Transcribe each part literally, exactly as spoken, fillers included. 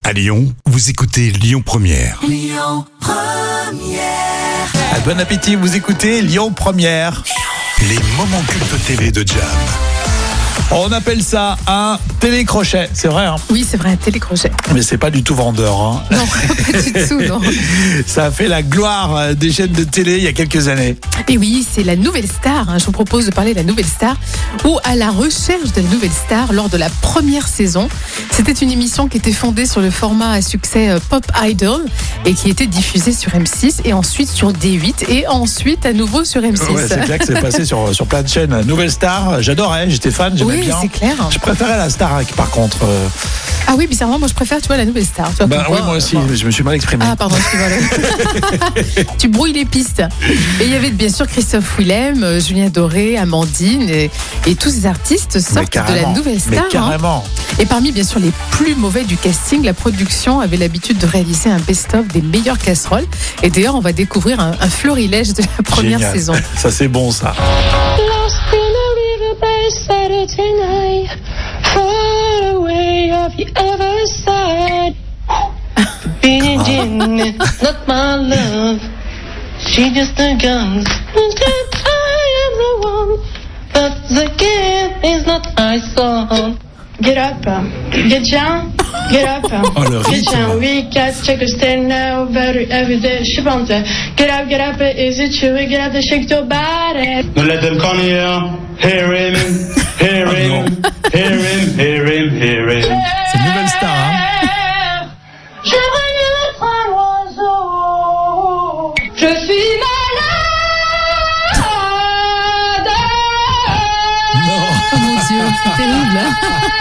À Lyon, vous écoutez Lyon Première. Lyon Première. Ah, bon appétit, vous écoutez Lyon Première. Les moments cultes télé de Jam. On appelle ça un télécrochet, c'est vrai hein? Oui, c'est vrai, un télécrochet. Mais c'est pas du tout vendeur hein? Non, pas du tout, non. Ça a fait la gloire des chaînes de télé il y a quelques années. Et oui, c'est la nouvelle star, hein. Je vous propose de parler de la nouvelle star ou à la recherche de la nouvelle star lors de la première saison. C'était une émission qui était fondée sur le format à succès Pop Idol et qui était diffusée sur M six et ensuite sur D huit et ensuite à nouveau sur M six. Ouais, c'est clair que c'est passé sur, sur plein de chaînes. Nouvelle star, j'adorais, j'étais fan, j'aimais Oui, bien. c'est clair. Je préférais la Starac par contre. Euh... Ah oui, bizarrement, moi je préfère, tu vois, la nouvelle star. Tu vois, Bah oui, quoi, moi aussi, bon. je me suis mal exprimé. Ah pardon, excuse-moi. Tu brouilles les pistes. Et il y avait bien sûr Christophe Willem, Julien Doré, Amandine et, et tous ces artistes sortent de la nouvelle star. Mais carrément. Hein. Et parmi bien sûr les plus mauvais du casting, la production avait l'habitude de réaliser un best-of des meilleures casseroles. Et d'ailleurs, on va découvrir un, un florilège de la première Génial. saison. Ça c'est bon ça. Lost in a river by Saturday night, far away off the other side. Being Jenny, not my love. She just a gun. I am the one, but the game is not my song. Get up, get down, get up, Oh, le get rythme. down. We got to take a stand now, better every day. She wants it. Get up, get up, is it true? Get up, shake your body. Don't let them come here. Hear him, hear him, hear him, hear him, hear him. C'est une nouvelle star hein. Je voyais être un oiseau. Je suis malade. Oh mon Dieu, c'est terrible. Hein.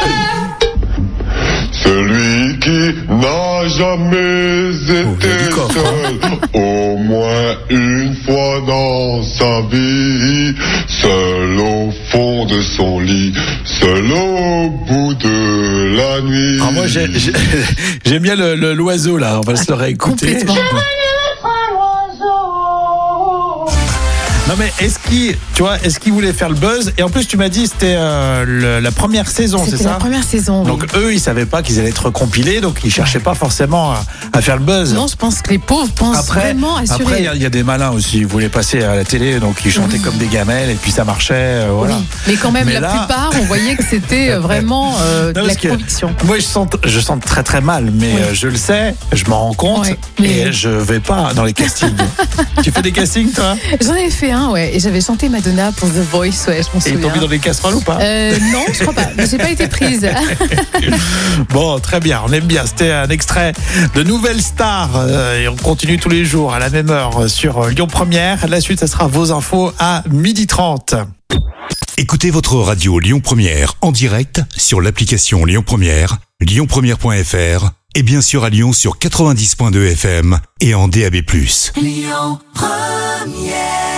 Celui qui n'a jamais été du coffre, seul, au moins une fois dans sa vie, seul au fond de son lit, seul au bout de la nuit. Ah, moi j'ai, j'ai- j'aime bien le, le- l'oiseau là, on va se le réécouter. Complètement. Être un oiseau. Non mais est-ce qu'il, tu vois, est-ce qu'il voulait faire le buzz? Et en plus tu m'as dit c'était euh, le- la première saison, c'est C'était ça? la première saison. Oui. Donc eux ils savaient pas qu'ils allaient être compilés, donc ils cherchaient pas forcément à, à faire le buzz. Non, je pense que les pauvres pensent Après, vraiment assurer. après il y a- il y, a des malins aussi, ils voulaient passer à la télé, donc ils chantaient Oui. comme des gamelles et puis ça marchait, euh, voilà. Oui, mais quand même, Mais la là- plupart, on voyait que c'était euh, vraiment euh, de Non, la parce que conviction. Moi je sens, je sens très très mal, mais Oui. euh, je le sais, je m'en rends compte Ouais, et mais- je vais pas dans les castings. Tu fais des castings toi? J'en avais fait un, ouais, et j'avais chanté Madonna pour The Voice, ouais, je m'en Et ils t'ont souviens. mis dans les casseroles ou pas? Euh, non, je crois pas. Mais j'ai pas été prise. Bon, très bien, on aime bien. C'était un extrait de Nouvelle Star euh, et on continue tous les jours à la même heure sur euh, Lyon Première. La suite, ça sera vos infos à midi trente. Écoutez votre radio Lyon Première en direct sur l'application Lyon Première, lyon première point f r et bien sûr à Lyon sur quatre-vingt-dix point deux F M et en D A B plus. Lyon Première.